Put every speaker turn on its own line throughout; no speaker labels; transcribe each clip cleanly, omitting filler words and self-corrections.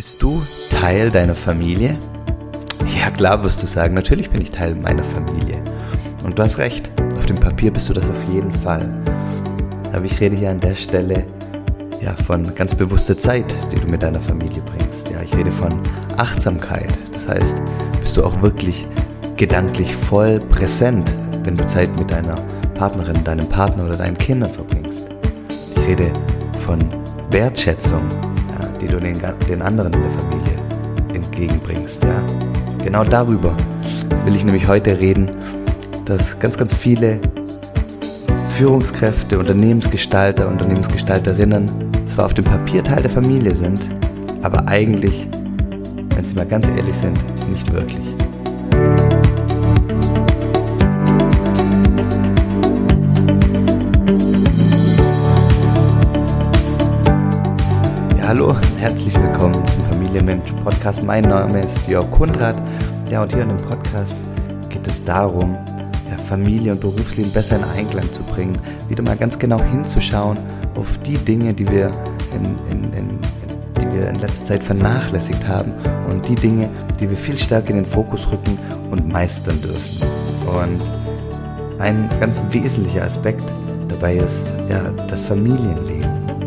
Bist du Teil deiner Familie? Ja, klar wirst du sagen, natürlich bin ich Teil meiner Familie. Und du hast recht, auf dem Papier bist du das auf jeden Fall. Aber ich rede hier an der Stelle von ganz bewusster Zeit, die du mit deiner Familie bringst. Ja, ich rede von Achtsamkeit. Das heißt, bist du auch wirklich gedanklich voll präsent, wenn du Zeit mit deiner Partnerin, deinem Partner oder deinen Kindern verbringst. Ich rede von Wertschätzung, die du den anderen in der Familie entgegenbringst. Ja? Genau darüber will ich nämlich heute reden, dass ganz, ganz viele Führungskräfte, Unternehmensgestalter, Unternehmensgestalterinnen zwar auf dem Papier Teil der Familie sind, aber eigentlich, wenn sie mal ganz ehrlich sind, nicht wirklich. Hallo, herzlich willkommen zum Familienmensch-Podcast. Mein Name ist Jörg Kundrat. Ja, und hier in dem Podcast geht es darum, Familie und Berufsleben besser in Einklang zu bringen, wieder mal ganz genau hinzuschauen auf die Dinge, die wir in letzter Zeit vernachlässigt haben und die Dinge, die wir viel stärker in den Fokus rücken und meistern dürfen. Und ein ganz wesentlicher Aspekt dabei ist das Familienleben.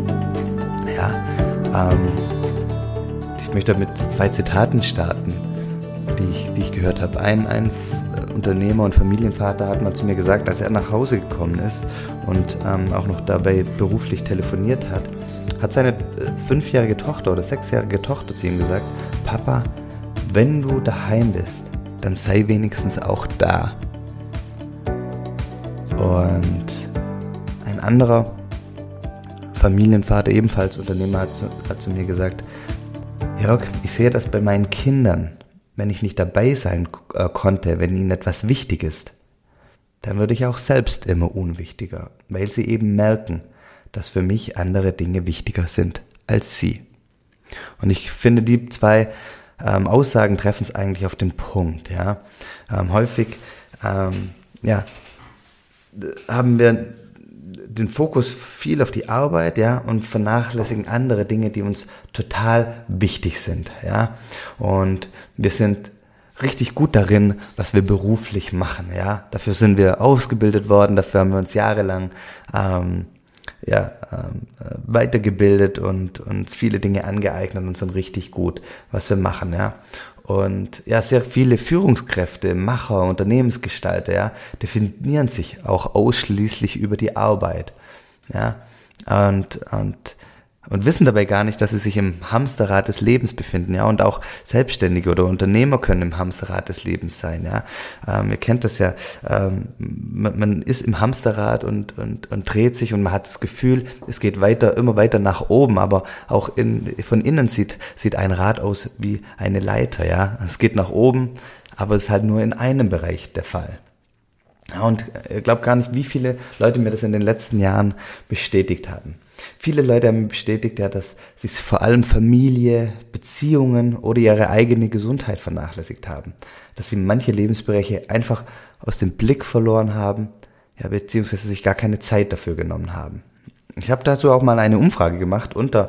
Ich möchte mit 2 Zitaten starten, die ich gehört habe. Ein Unternehmer und Familienvater hat mal zu mir gesagt, als er nach Hause gekommen ist und auch noch dabei beruflich telefoniert hat seine 5-jährige Tochter oder 6-jährige Tochter zu ihm gesagt: Papa, wenn du daheim bist, dann sei wenigstens auch da. Und ein anderer Familienvater, ebenfalls Unternehmer, hat zu mir gesagt: Jörg, ich sehe das bei meinen Kindern. Wenn ich nicht dabei sein konnte, wenn ihnen etwas wichtig ist, dann würde ich auch selbst immer unwichtiger, weil sie eben merken, dass für mich andere Dinge wichtiger sind als sie. Und ich finde, die 2 Aussagen treffen es eigentlich auf den Punkt. Ja? Häufig haben wir den Fokus viel auf die Arbeit, und vernachlässigen andere Dinge, die uns total wichtig sind, Und wir sind richtig gut darin, was wir beruflich machen, Dafür sind wir ausgebildet worden, dafür haben wir uns jahrelang weitergebildet und uns viele Dinge angeeignet und sind richtig gut, was wir machen, Und sehr viele Führungskräfte, Macher, Unternehmensgestalter, definieren sich auch ausschließlich über die Arbeit, und wissen dabei gar nicht, dass sie sich im Hamsterrad des Lebens befinden, und auch Selbstständige oder Unternehmer können im Hamsterrad des Lebens sein, Ihr kennt das man ist im Hamsterrad und dreht sich und man hat das Gefühl, es geht immer weiter nach oben, aber auch von innen sieht ein Rad aus wie eine Leiter, Es geht nach oben, aber es ist halt nur in einem Bereich der Fall. Und ich glaube gar nicht, wie viele Leute mir das in den letzten Jahren bestätigt haben. Viele Leute haben mir bestätigt, dass sie vor allem Familie, Beziehungen oder ihre eigene Gesundheit vernachlässigt haben. Dass sie manche Lebensbereiche einfach aus dem Blick verloren haben, beziehungsweise sich gar keine Zeit dafür genommen haben. Ich habe dazu auch mal eine Umfrage gemacht unter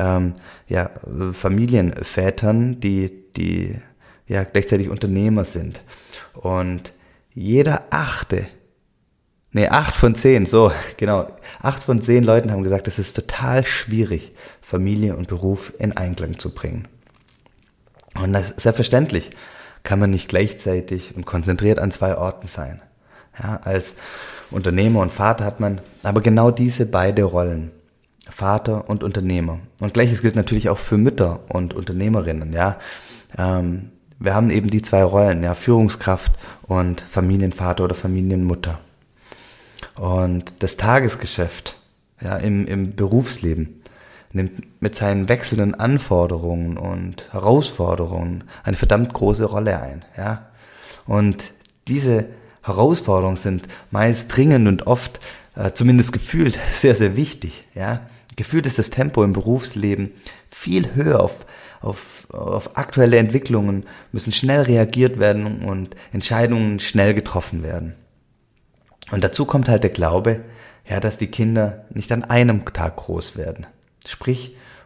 Familienvätern, die gleichzeitig Unternehmer sind. Und 8 von 10 Leuten haben gesagt, es ist total schwierig, Familie und Beruf in Einklang zu bringen. Und selbstverständlich kann man nicht gleichzeitig und konzentriert an 2 Orten sein. Als Unternehmer und Vater hat man aber genau diese beide Rollen, Vater und Unternehmer. Und Gleiches gilt natürlich auch für Mütter und Unternehmerinnen, Wir haben eben die 2 Rollen, Führungskraft und Familienvater oder Familienmutter. Und das Tagesgeschäft, im Berufsleben nimmt mit seinen wechselnden Anforderungen und Herausforderungen eine verdammt große Rolle ein, Und diese Herausforderungen sind meist dringend und oft, zumindest gefühlt, sehr, sehr wichtig, Gefühlt ist das Tempo im Berufsleben viel höher auf aktuelle Entwicklungen, müssen schnell reagiert werden und Entscheidungen schnell getroffen werden. Und dazu kommt halt der Glaube, dass die Kinder nicht an einem Tag groß werden. Sprich,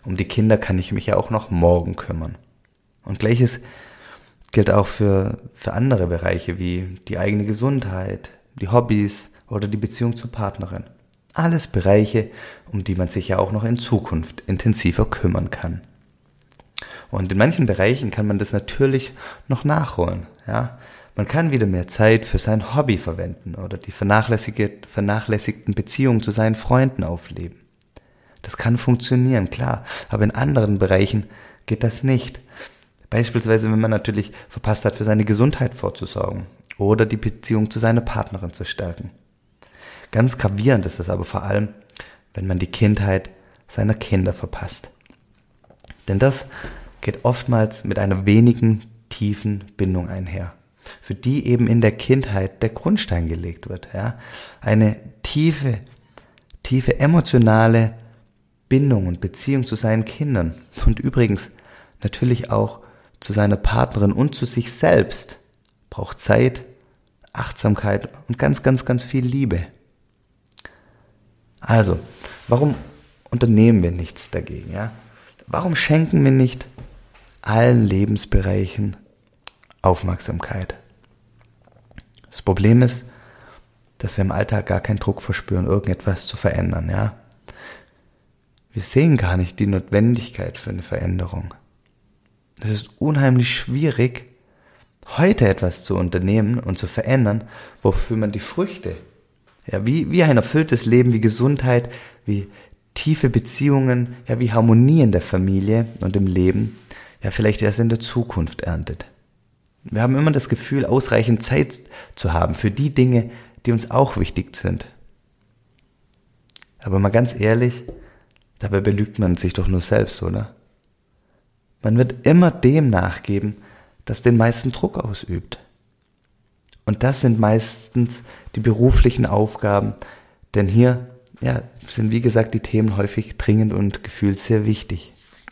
Um die Kinder kann ich mich ja auch noch morgen kümmern. Und Gleiches gilt auch für andere Bereiche wie die eigene Gesundheit, die Hobbys oder die Beziehung zur Partnerin. Alles Bereiche, um die man sich ja auch noch in Zukunft intensiver kümmern kann. Und in manchen Bereichen kann man das natürlich noch nachholen. Ja? Man kann wieder mehr Zeit für sein Hobby verwenden oder die vernachlässigten Beziehungen zu seinen Freunden aufleben. Das kann funktionieren, klar, aber in anderen Bereichen geht das nicht. Beispielsweise, wenn man natürlich verpasst hat, für seine Gesundheit vorzusorgen oder die Beziehung zu seiner Partnerin zu stärken. Ganz gravierend ist es aber vor allem, wenn man die Kindheit seiner Kinder verpasst. Denn das geht oftmals mit einer wenigen tiefen Bindung einher, für die eben in der Kindheit der Grundstein gelegt wird. Ja? Eine tiefe emotionale Bindung und Beziehung zu seinen Kindern und übrigens natürlich auch zu seiner Partnerin und zu sich selbst braucht Zeit, Achtsamkeit und ganz, ganz, ganz viel Liebe. Also, warum unternehmen wir nichts dagegen? Ja? Warum schenken wir nicht allen Lebensbereichen Aufmerksamkeit? Das Problem ist, dass wir im Alltag gar keinen Druck verspüren, irgendetwas zu verändern. Ja? Wir sehen gar nicht die Notwendigkeit für eine Veränderung. Es ist unheimlich schwierig, heute etwas zu unternehmen und zu verändern, wofür man die Früchte, ja, wie ein erfülltes Leben, wie Gesundheit, wie tiefe Beziehungen, ja, wie Harmonie in der Familie und im Leben, ja, vielleicht erst in der Zukunft erntet. Wir haben immer das Gefühl, ausreichend Zeit zu haben für die Dinge, die uns auch wichtig sind. Aber mal ganz ehrlich, dabei belügt man sich doch nur selbst, oder? Man wird immer dem nachgeben, das den meisten Druck ausübt. Und das sind meistens die beruflichen Aufgaben, denn hier sind, wie gesagt, die Themen häufig dringend und gefühlt sehr wichtig.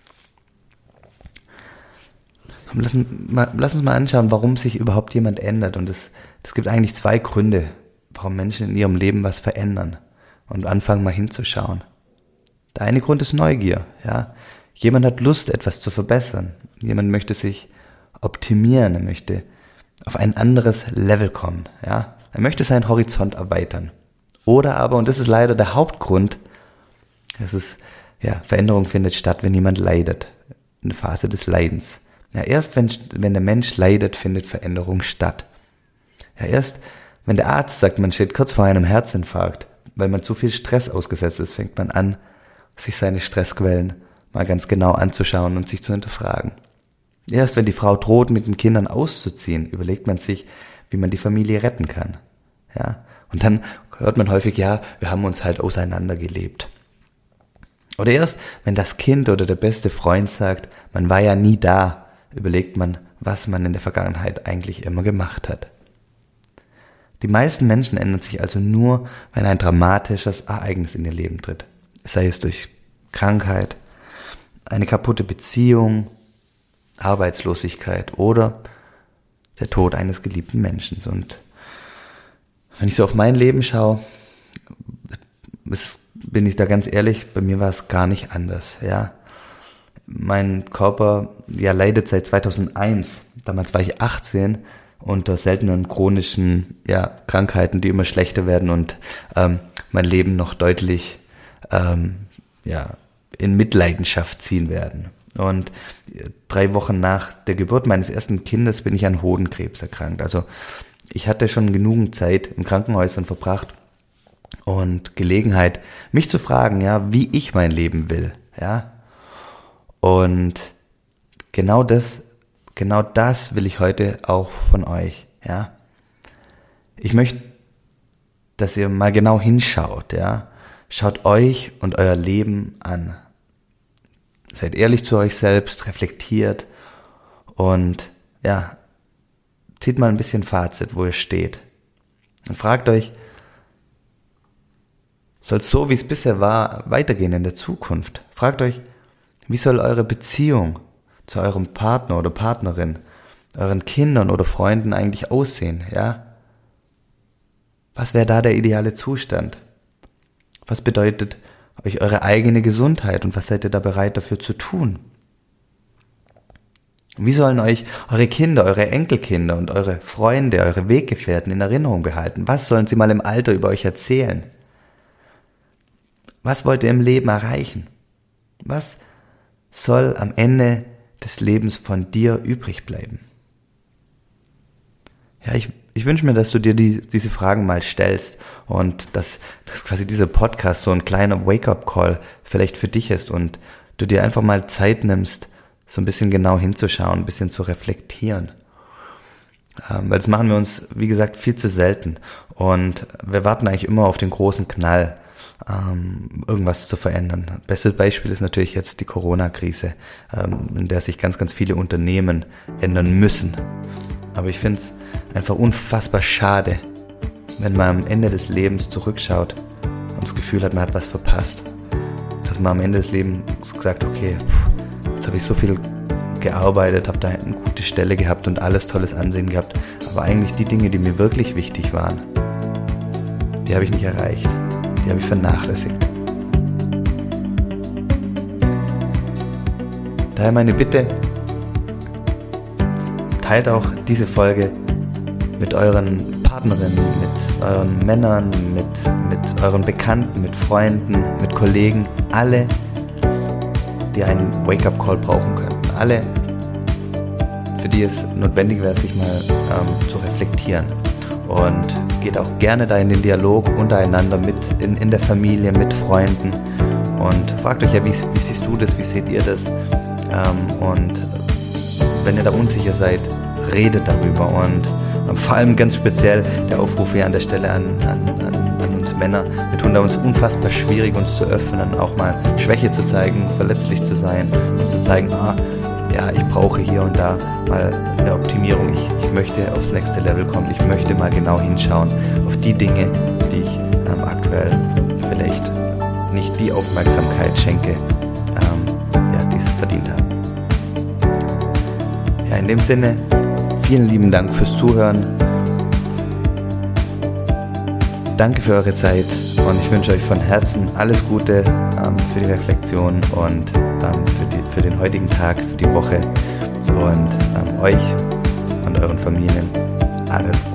Lass uns mal anschauen, warum sich überhaupt jemand ändert. Und es gibt eigentlich 2 Gründe, warum Menschen in ihrem Leben was verändern und anfangen mal hinzuschauen. Der eine Grund ist Neugier. Ja? Jemand hat Lust, etwas zu verbessern. Jemand möchte sich optimieren, er möchte auf ein anderes Level kommen. Ja? Er möchte seinen Horizont erweitern. Oder aber, und das ist leider der Hauptgrund, Veränderung findet statt, wenn jemand leidet. Eine Phase des Leidens. Ja, erst wenn der Mensch leidet, findet Veränderung statt. Ja, erst wenn der Arzt sagt, man steht kurz vor einem Herzinfarkt, weil man zu viel Stress ausgesetzt ist, fängt man an, sich seine Stressquellen mal ganz genau anzuschauen und sich zu hinterfragen. Erst wenn die Frau droht, mit den Kindern auszuziehen, überlegt man sich, wie man die Familie retten kann. Ja, und dann hört man häufig, ja, wir haben uns halt auseinandergelebt. Oder erst, wenn das Kind oder der beste Freund sagt, man war ja nie da, überlegt man, was man in der Vergangenheit eigentlich immer gemacht hat. Die meisten Menschen ändern sich also nur, wenn ein dramatisches Ereignis in ihr Leben tritt. Sei es durch Krankheit, eine kaputte Beziehung, Arbeitslosigkeit oder der Tod eines geliebten Menschen. Und wenn ich so auf mein Leben schaue, bin ich da ganz ehrlich, bei mir war es gar nicht anders. Ja, mein Körper leidet seit 2001. Damals war ich 18 unter seltenen chronischen Krankheiten, die immer schlechter werden und mein Leben noch deutlich in Mitleidenschaft ziehen werden. Und 3 Wochen nach der Geburt meines ersten Kindes bin ich an Hodenkrebs erkrankt. Also ich hatte schon genügend Zeit in Krankenhäusern verbracht und Gelegenheit, mich zu fragen, wie ich mein Leben will. Ja? Und genau das will ich heute auch von euch. Ja? Ich möchte, dass ihr mal genau hinschaut. Ja? Schaut euch und euer Leben an. Seid ehrlich zu euch selbst, reflektiert und zieht mal ein bisschen Fazit, wo ihr steht. Und fragt euch, soll es so, wie es bisher war, weitergehen in der Zukunft? Fragt euch, wie soll eure Beziehung zu eurem Partner oder Partnerin, euren Kindern oder Freunden eigentlich aussehen? Ja? Was wäre da der ideale Zustand? Was bedeutet euch eure eigene Gesundheit und was seid ihr da bereit dafür zu tun? Wie sollen euch eure Kinder, eure Enkelkinder und eure Freunde, eure Weggefährten in Erinnerung behalten? Was sollen sie mal im Alter über euch erzählen? Was wollt ihr im Leben erreichen? Was soll am Ende des Lebens von dir übrig bleiben? Ja, ich wünsche mir, dass du dir diese Fragen mal stellst und dass quasi dieser Podcast so ein kleiner Wake-up-Call vielleicht für dich ist und du dir einfach mal Zeit nimmst, so ein bisschen genau hinzuschauen, ein bisschen zu reflektieren. Weil das machen wir uns, wie gesagt, viel zu selten. Und wir warten eigentlich immer auf den großen Knall, irgendwas zu verändern. Bestes Beispiel ist natürlich jetzt die Corona-Krise, in der sich ganz, ganz viele Unternehmen ändern müssen. Aber ich finde es einfach unfassbar schade, wenn man am Ende des Lebens zurückschaut und das Gefühl hat, man hat was verpasst. Dass man am Ende des Lebens sagt, okay, jetzt habe ich so viel gearbeitet, habe da eine gute Stelle gehabt und alles tolles Ansehen gehabt. Aber eigentlich die Dinge, die mir wirklich wichtig waren, die habe ich nicht erreicht. Die habe ich vernachlässigt. Daher meine Bitte, teilt auch diese Folge mit euren Partnerinnen, mit euren Männern, mit euren Bekannten, mit Freunden, mit Kollegen, alle, die einen Wake-up-Call brauchen könnten. Alle, für die es notwendig wäre, sich mal zu reflektieren. Und geht auch gerne da in den Dialog untereinander, mit in der Familie, mit Freunden. Und fragt euch ja, wie siehst du das, wie seht ihr das? Und wenn ihr da unsicher seid, redet darüber. Und vor allem ganz speziell der Aufruf hier an der Stelle an uns Männer. Wir tun da uns unfassbar schwierig, uns zu öffnen, auch mal Schwäche zu zeigen, verletzlich zu sein und zu zeigen, ja, ich brauche hier und da mal eine Optimierung. Ich möchte aufs nächste Level kommen. Ich möchte mal genau hinschauen auf die Dinge, die ich aktuell vielleicht nicht die Aufmerksamkeit schenke, die es verdient haben. Ja, in dem Sinne, vielen lieben Dank fürs Zuhören. Danke für eure Zeit und ich wünsche euch von Herzen alles Gute für die Reflexion und für den heutigen Tag, für die Woche und euch und euren Familien alles Gute.